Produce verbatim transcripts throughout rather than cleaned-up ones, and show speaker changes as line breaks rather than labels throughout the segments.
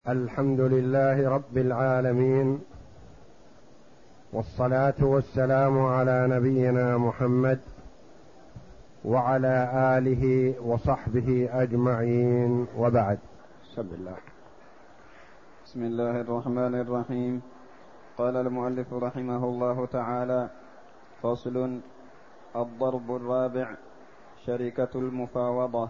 الحمد لله رب العالمين، والصلاة والسلام على نبينا محمد وعلى آله وصحبه أجمعين، وبعد. بسم الله
بسم الله الرحمن الرحيم. قال المؤلف رحمه الله تعالى: فصل: الضرب الرابع شركة المفاوضة.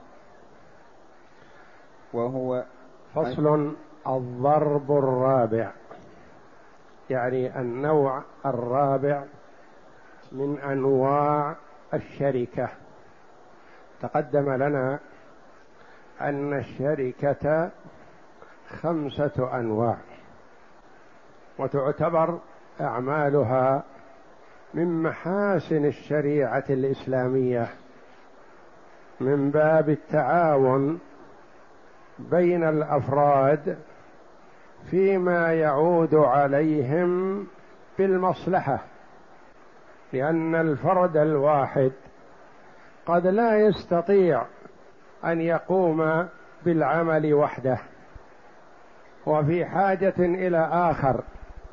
وهو
فصل الضرب الرابع، يعني النوع الرابع من أنواع الشركة. تقدم لنا أن الشركة خمسة أنواع، وتعتبر أعمالها من محاسن الشريعة الإسلامية من باب التعاون بين الأفراد فيما يعود عليهم بالمصلحة، لأن الفرد الواحد قد لا يستطيع أن يقوم بالعمل وحده، وفي حاجة إلى آخر.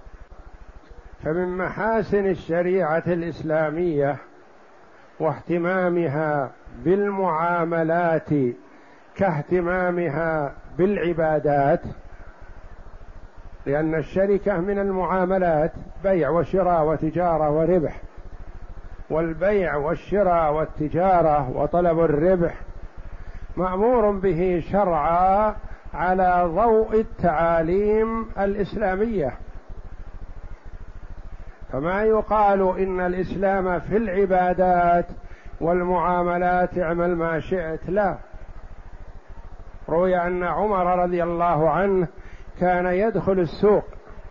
فمن محاسن الشريعة الإسلامية واهتمامها بالمعاملات كاهتمامها بالعبادات، لأن الشركة من المعاملات بيع وشراء وتجارة وربح، والبيع والشراء والتجارة وطلب الربح مأمور به شرعا على ضوء التعاليم الإسلامية. فما يقال إن الإسلام في العبادات والمعاملات اعمل ما شئت، لا. روي أن عمر رضي الله عنه كان يدخل السوق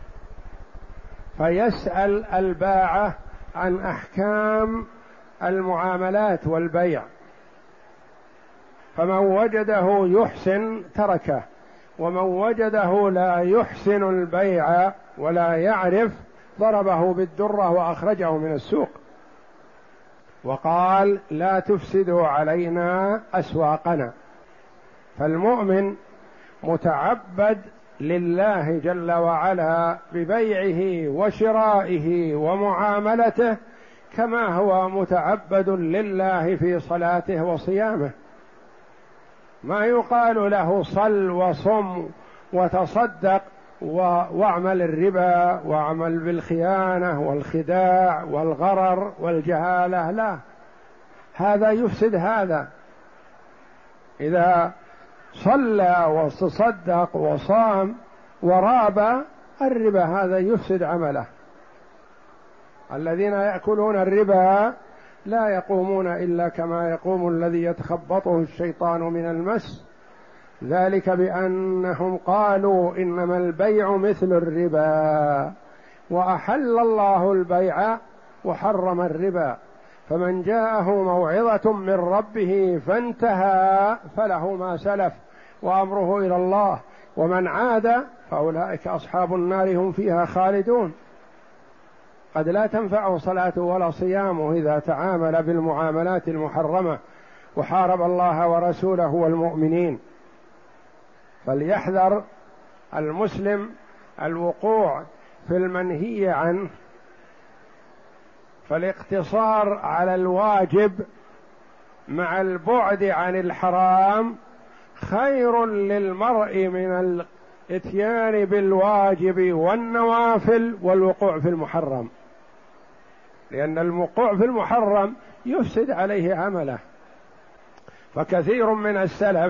فيسأل الباعة عن أحكام المعاملات والبيع، فمن وجده يحسن تركه، ومن وجده لا يحسن البيع ولا يعرف ضربه بالدرة وأخرجه من السوق، وقال: لا تفسدوا علينا أسواقنا. فالمؤمن متعبد لله جل وعلا ببيعه وشرائه ومعاملته، كما هو متعبد لله في صلاته وصيامه. ما يقال له صل وصم وتصدق واعمل الربا واعمل بالخيانة والخداع والغرر والجهالة، لا، هذا يفسد هذا. إذا صلى وتصدق وصام ورابى الربا، هذا يفسد عمله. الذين يأكلون الربا لا يقومون إلا كما يقوم الذي يتخبطه الشيطان من المس، ذلك بأنهم قالوا إنما البيع مثل الربا، وأحل الله البيع وحرم الربا. فمن جاءه موعظة من ربه فانتهى فله ما سلف وأمره إلى الله، ومن عاد فأولئك أصحاب النار هم فيها خالدون. قد لا تنفعه صلاته ولا صيامه إذا تعامل بالمعاملات المحرمة وحارب الله ورسوله والمؤمنين. فليحذر المسلم الوقوع في المنهي عنه، فالاقتصار على الواجب مع البعد عن الحرام خير للمرء من الاتيان بالواجب والنوافل والوقوع في المحرم، لأن الوقوع في المحرم يفسد عليه عمله. فكثير من السلف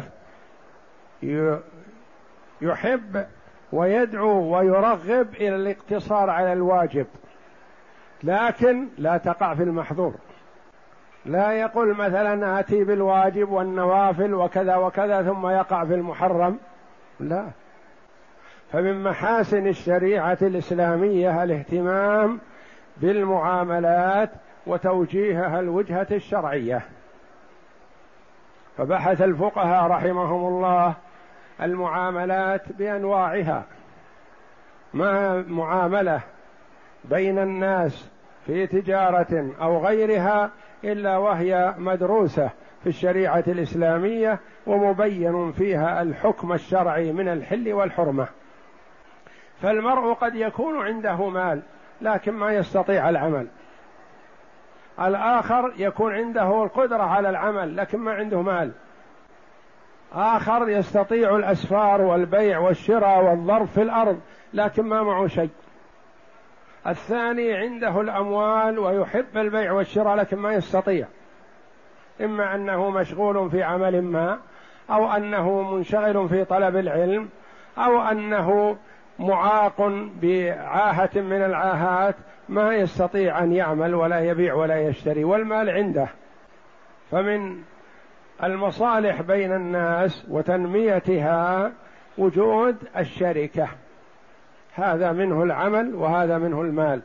يحب ويدعو ويرغب إلى الاقتصار على الواجب، لكن لا تقع في المحظور. لا يقول مثلا آتي بالواجب والنوافل وكذا وكذا ثم يقع في المحرم، لا. فمن محاسن الشريعة الإسلامية الاهتمام بالمعاملات وتوجيهها الوجهة الشرعية. فبحث الفقهاء رحمهم الله المعاملات بأنواعها، ما معاملة بين الناس في تجارة أو غيرها إلا وهي مدروسة في الشريعة الإسلامية ومبين فيها الحكم الشرعي من الحل والحرمة. فالمرء قد يكون عنده مال لكن ما يستطيع العمل، الآخر يكون عنده القدرة على العمل لكن ما عنده مال، آخر يستطيع الأسفار والبيع والشراء والظرف في الأرض لكن ما معه شيء، الثاني عنده الأموال ويحب البيع والشراء لكن ما يستطيع، إما أنه مشغول في عمل ما، أو أنه منشغل في طلب العلم، أو أنه معاق بعاهة من العاهات ما يستطيع أن يعمل ولا يبيع ولا يشتري والمال عنده. فمن المصالح بين الناس وتنميتها وجود الشركة، هذا منه العمل وهذا منه المال،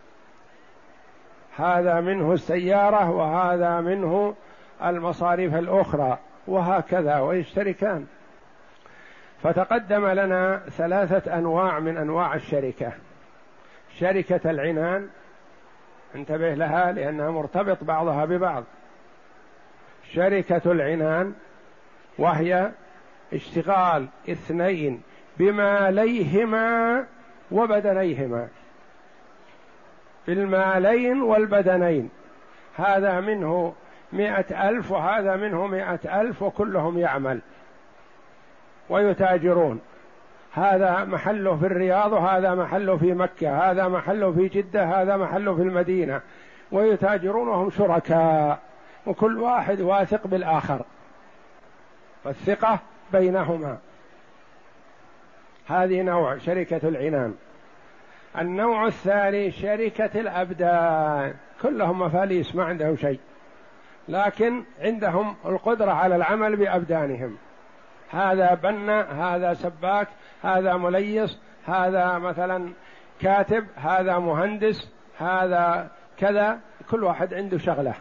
هذا منه السيارة وهذا منه المصاريف الأخرى، وهكذا ويشتركان. فتقدم لنا ثلاثة أنواع من أنواع الشركة: شركة العنان، انتبه لها لأنها مرتبط بعضها ببعض. شركة العنان وهي اشتغال اثنين بماليهما وبدنيهما، بالمالين والبدنين، هذا منه مئة ألف وهذا منه مئة ألف وكلهم يعمل ويتاجرون، هذا محله في الرياض وهذا محله في مكة، هذا محله في جدة هذا محله في المدينة، ويتاجرون وهم شركاء وكل واحد واثق بالآخر، والثقة بينهما. هذه نوع شركة العنان. النوع الثاني شركة الأبدان، كلهم مفاليس ما عندهم شيء لكن عندهم القدرة على العمل بأبدانهم، هذا بنا، هذا سباك، هذا مليص، هذا مثلا كاتب، هذا مهندس، هذا كذا، كل واحد عنده شغلة،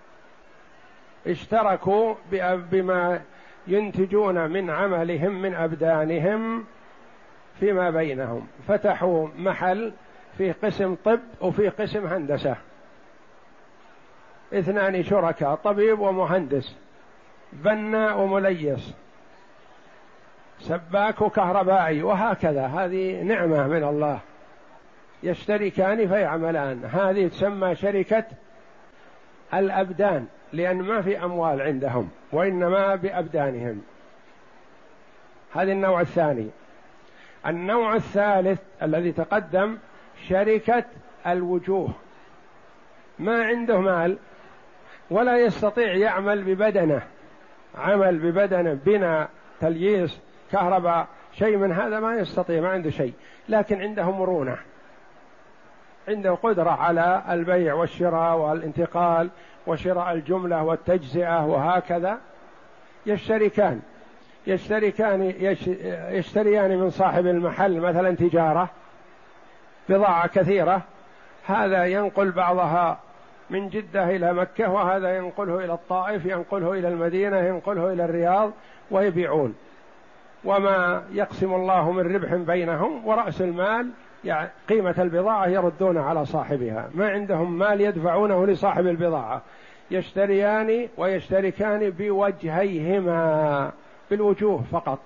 اشتركوا بما ينتجون من عملهم من أبدانهم فيما بينهم، فتحوا محل في قسم طب وفي قسم هندسة، اثنان شركاء، طبيب ومهندس، بناء ومليص، سباك وكهربائي، وهكذا. هذه نعمة من الله، يشتركان فيعملان، هذه تسمى شركة الأبدان لأن ما في أموال عندهم وإنما بأبدانهم. هذا النوع الثاني. النوع الثالث الذي تقدم شركة الوجوه، ما عنده مال ولا يستطيع يعمل ببدنه، عمل ببدنه، بناء، تلييس، كهرباء، شيء من هذا ما يستطيع، ما عنده شيء، لكن عنده مرونة، عنده قدرة على البيع والشراء والانتقال وشراء الجملة والتجزئة وهكذا. يشتركان يشتركان يشتريان من صاحب المحل مثلا تجارة بضاعة كثيرة، هذا ينقل بعضها من جدة إلى مكة، وهذا ينقله إلى الطائف، ينقله إلى المدينة، ينقله إلى الرياض، ويبيعون، وما يقسم الله من ربح بينهم، ورأس المال يعني قيمة البضاعة يردون على صاحبها، ما عندهم مال يدفعونه لصاحب البضاعة. يشتريان ويشتركان بوجهيهما، بالوجوه فقط،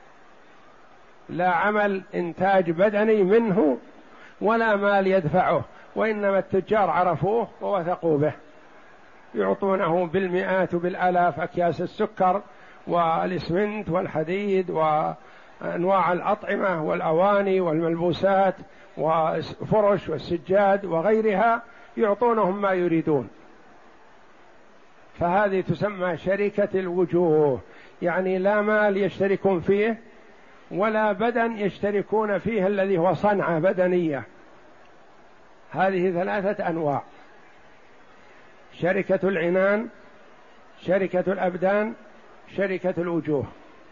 لا عمل إنتاج بدني منه ولا مال يدفعه، وإنما التجار عرفوه ووثقوا به، يعطونه بالمئات وبالآلاف أكياس السكر والإسمنت والحديد وأنواع الأطعمة والأواني والملبوسات والفرش والسجاد وغيرها، يعطونهم ما يريدون. فهذه تسمى شركة الوجوه، يعني لا مال يشتركون فيه ولا بدن يشتركون فيه الذي هو صنعة بدنية. هذه ثلاثة أنواع: شركة العنان، شركة الأبدان، شركة الوجوه.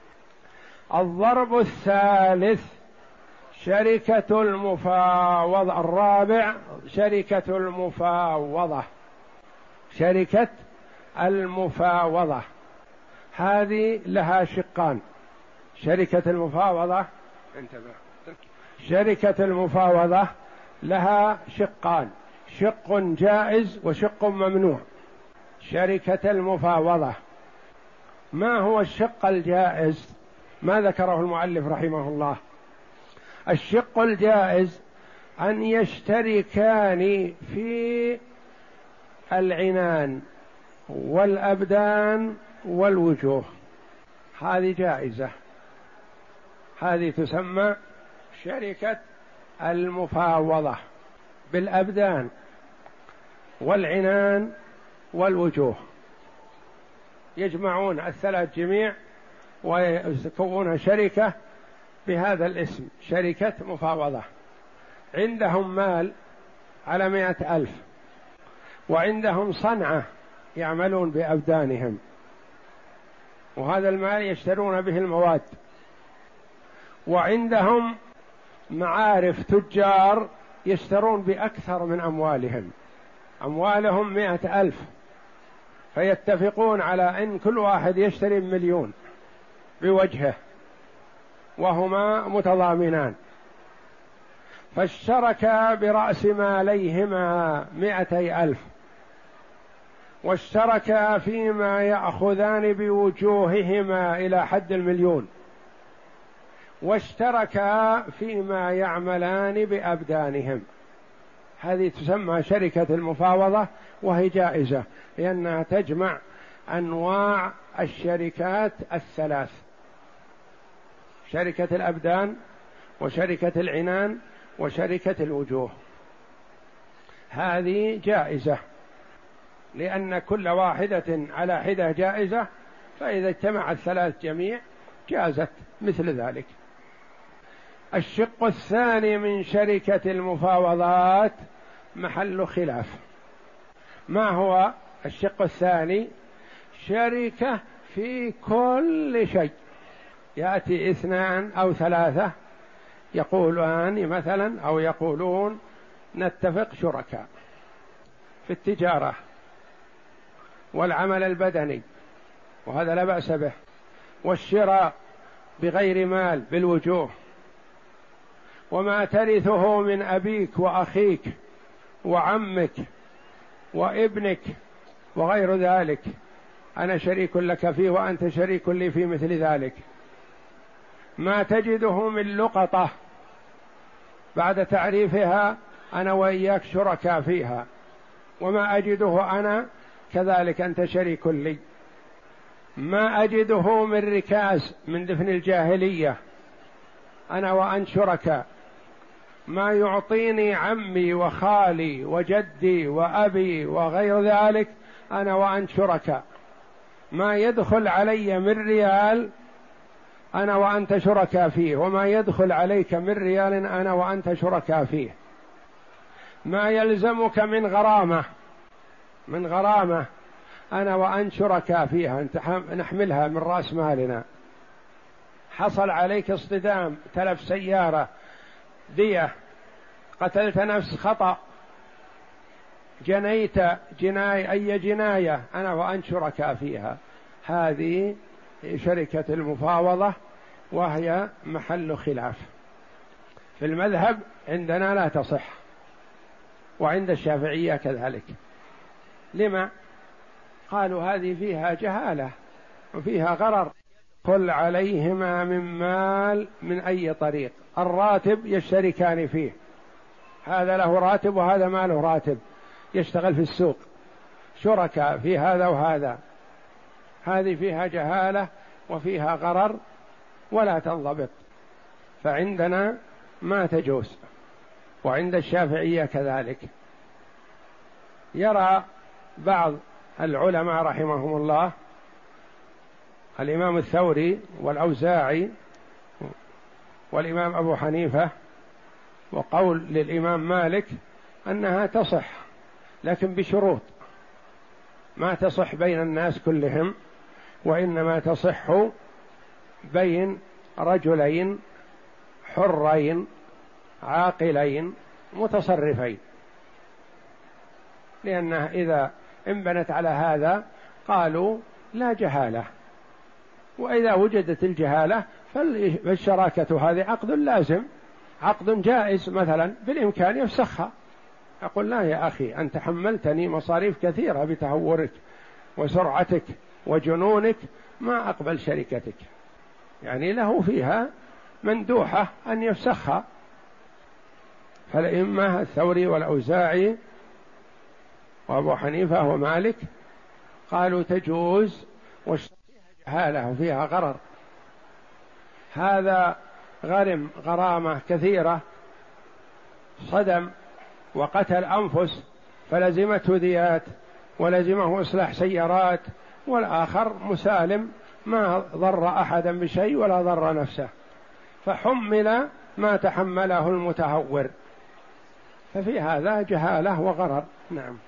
الضرب الثالث شركة المفاوضة. الرابع شركة المفاوضة. شركة المفاوضة هذه لها شقان. شركة المفاوضة انتبه شركة المفاوضة لها شقان، شق جائز وشق ممنوع. شركة المفاوضة، ما هو الشق الجائز؟ ما ذكره المؤلف رحمه الله. الشق الجائز أن يشتركان في العنان والأبدان والوجوه، هذه جائزة، هذه تسمى شركة المفاوضة بالأبدان والعنان والوجوه، يجمعون الثلاث جميع ويكونون شركة بهذا الاسم، شركة مفاوضة. عندهم مال على مائة ألف، وعندهم صنعة يعملون بأبدانهم، وهذا المال يشترون به المواد، وعندهم معارف تجار يشترون بأكثر من أموالهم، أموالهم مائة ألف، فيتفقون على أن كل واحد يشتري مليون بوجهه وهما متضامنان، فاشتركا برأس ماليهما مائتي ألف، واشتركا فيما يأخذان بوجوههما إلى حد المليون، واشتركا فيما يعملان بأبدانهم. هذه تسمى شركة المفاوضة، وهي جائزة لأنها تجمع أنواع الشركات الثلاث، شركة الأبدان وشركة العنان وشركة الوجوه. هذه جائزة لأن كل واحدة على حدة جائزة، فإذا اجتمع الثلاث جميع جازت مثل ذلك. الشق الثاني من شركة المفاوضات محل خلاف. ما هو الشق الثاني؟ شركة في كل شيء، يأتي اثنان أو ثلاثة يقولان مثلا أو يقولون نتفق شركاء في التجارة والعمل البدني، وهذا لا بأس به، والشراء بغير مال بالوجوه، وما ترثه من أبيك وأخيك وعمك وابنك وغير ذلك أنا شريك لك فيه وأنت شريك لي في مثل ذلك. ما تجده من لقطة بعد تعريفها أنا وإياك شركاء فيها، وما أجده أنا كذلك أنت شريك لي. ما أجده من ركاز من دفن الجاهلية أنا وأنت شركاء. ما يعطيني عمي وخالي وجدي وأبي وغير ذلك أنا وأنت شركاء. ما يدخل علي من ريال أنا وأنت شركاء فيه، وما يدخل عليك من ريال أنا وأنت شركاء فيه. ما يلزمك من غرامة من غرامة أنا وأنت شركاء فيها، نحملها من رأس مالنا. حصل عليك اصطدام، تلف سيارة، دية، قتلت نفس خطأ، جنيت جناية أي جناية، أنا وأنت شركاء فيها. هذه شركة المفاوضة، وهي محل خلاف. في المذهب عندنا لا تصح، وعند الشافعية كذلك. لما؟ قالوا هذه فيها جهالة وفيها غرر، قل عليهما من مال من أي طريق. الراتب يشتركان فيه، هذا له راتب وهذا ما له راتب، يشتغل في السوق، شركاء في هذا وهذا. هذه فيها جهالة وفيها غرر ولا تنضبط، فعندنا ما تجوز، وعند الشافعية كذلك. يرى بعض العلماء رحمهم الله، الإمام الثوري والأوزاعي والإمام أبو حنيفة وقول للإمام مالك أنها تصح، لكن بشروط، ما تصح بين الناس كلهم، وإنما تصح بين رجلين حرين عاقلين متصرفين، لأنها إذا انبنت على هذا قالوا لا جهالة، وإذا وجدت الجهالة فالشراكة هذه عقد لازم، عقد جائز، مثلا بالإمكان يفسخها، أقول لا يا أخي أنت حملتني مصاريف كثيرة بتهورك وسرعتك وجنونك، ما أقبل شركتك، يعني له فيها مندوحة أن يفسخها فالأئمة الثوري والأوزاعي وأبو حنيفة ومالك قالوا تجوز، وفيها جهالة وفيها غرر. هذا غرم غرامة كثيرة، صدم وقتل أنفس فلزمته ديات ولزمه إصلاح سيارات، والآخر مسالم ما ضر أحدا بشيء ولا ضر نفسه، فحمل ما تحمله المتهور، ففي هذا جهالة وغرر. نعم.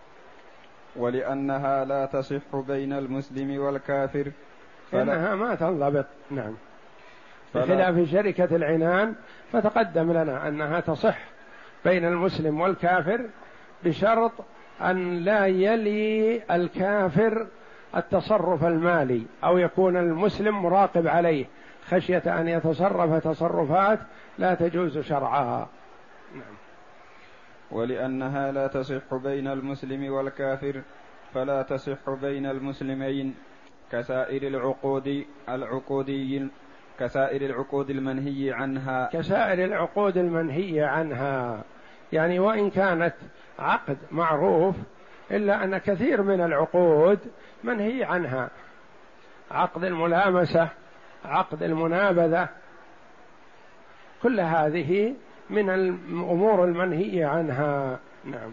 ولأنها لا تصح بين المسلم والكافر
فإنها ما تنضبط. نعم. بخلاف شركة العنان فتقدم لنا أنها تصح بين المسلم والكافر بشرط أن لا يلي الكافر التصرف المالي، أو يكون المسلم مراقب عليه خشية أن يتصرف تصرفات لا تجوز شرعها. نعم.
ولأنها لا تصح بين المسلم والكافر فلا تصح بين المسلمين كسائر العقود العقودي كسائر العقود المنهي عنها
كسائر العقود المنهي عنها يعني وإن كانت عقد معروف إلا أن كثير من العقود منهي عنها، عقد الملامسة، عقد المنابذة، كل هذه من الأمور المنهي عنها. نعم.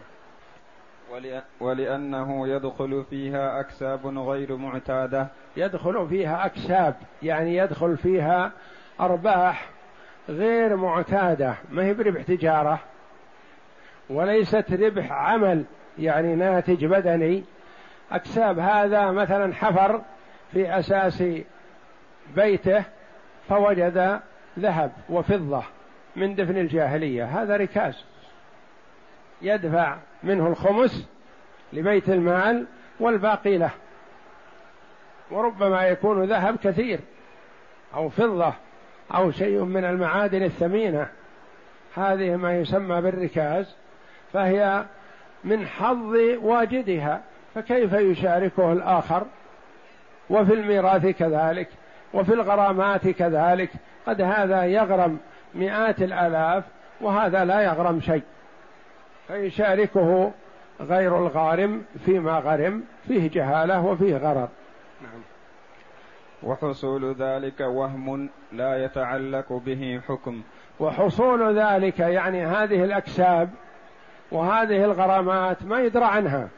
ولأنه يدخل فيها أكساب غير معتادة.
يدخل فيها أكساب يعني يدخل فيها أرباح غير معتادة، ما هي بربح تجارة وليست ربح عمل يعني ناتج بدني. أكساب هذا مثلا حفر في أساس بيته فوجد ذهب وفضة من دفن الجاهلية، هذا ركاز يدفع منه الخمس لبيت المال والباقي له، وربما يكون ذهب كثير أو فضة أو شيء من المعادن الثمينة، هذه ما يسمى بالركاز، فهي من حظ واجدها، فكيف يشاركه الآخر؟ وفي الميراث كذلك، وفي الغرامات كذلك، قد هذا يغرم مئات الآلاف وهذا لا يغرم شيء، فيشاركه غير الغارم فيما غرم، فيه جهالة وفيه غرر. نعم.
وحصول ذلك وهم لا يتعلق به حكم.
وحصول ذلك يعني هذه الأكساب وهذه الغرامات ما يدرى عنها،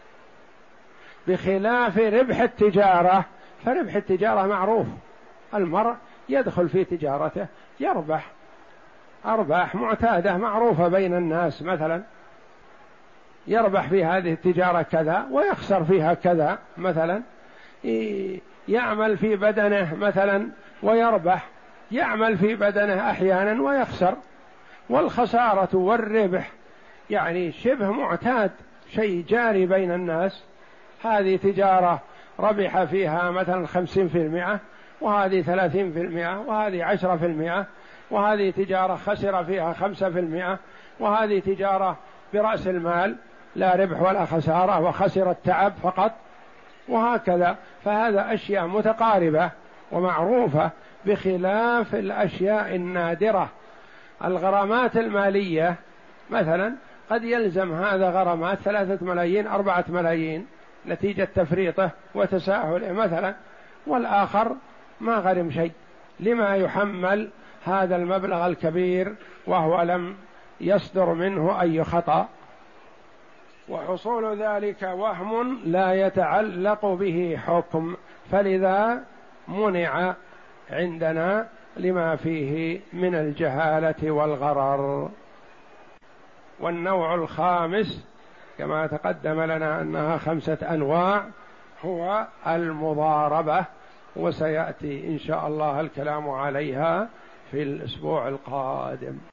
بخلاف ربح التجارة، فربح التجارة معروف، المرء يدخل في تجارته يربح أرباح معتادة معروفة بين الناس، مثلا يربح في هذه التجارة كذا ويخسر فيها كذا، مثلا يعمل في بدنه مثلا ويربح، يعمل في بدنه أحيانا ويخسر، والخسارة والربح يعني شبه معتاد، شيء جاري بين الناس. هذه تجارة ربح فيها مثلا خمسين في المئة وهذه ثلاثين في المئة وهذه عشرة في المئة، وهذه تجارة خسر فيها خمسة في المئة، وهذه تجارة برأس المال لا ربح ولا خسارة وخسر التعب فقط، وهكذا. فهذا أشياء متقاربة ومعروفة، بخلاف الأشياء النادرة. الغرامات المالية مثلا قد يلزم هذا غرامات ثلاثة ملايين أربعة ملايين نتيجة تفريطه وتساهله مثلا، والآخر ما غرم شيء، لما يحمل هذا المبلغ الكبير وهو لم يصدر منه أي خطأ. وحصول ذلك وهم لا يتعلق به حكم، فلذا منع عندنا لما فيه من الجهالة والغرر. والنوع الخامس كما تقدم لنا أنها خمسة أنواع هو المضاربة، وسيأتي إن شاء الله الكلام عليها في الأسبوع القادم.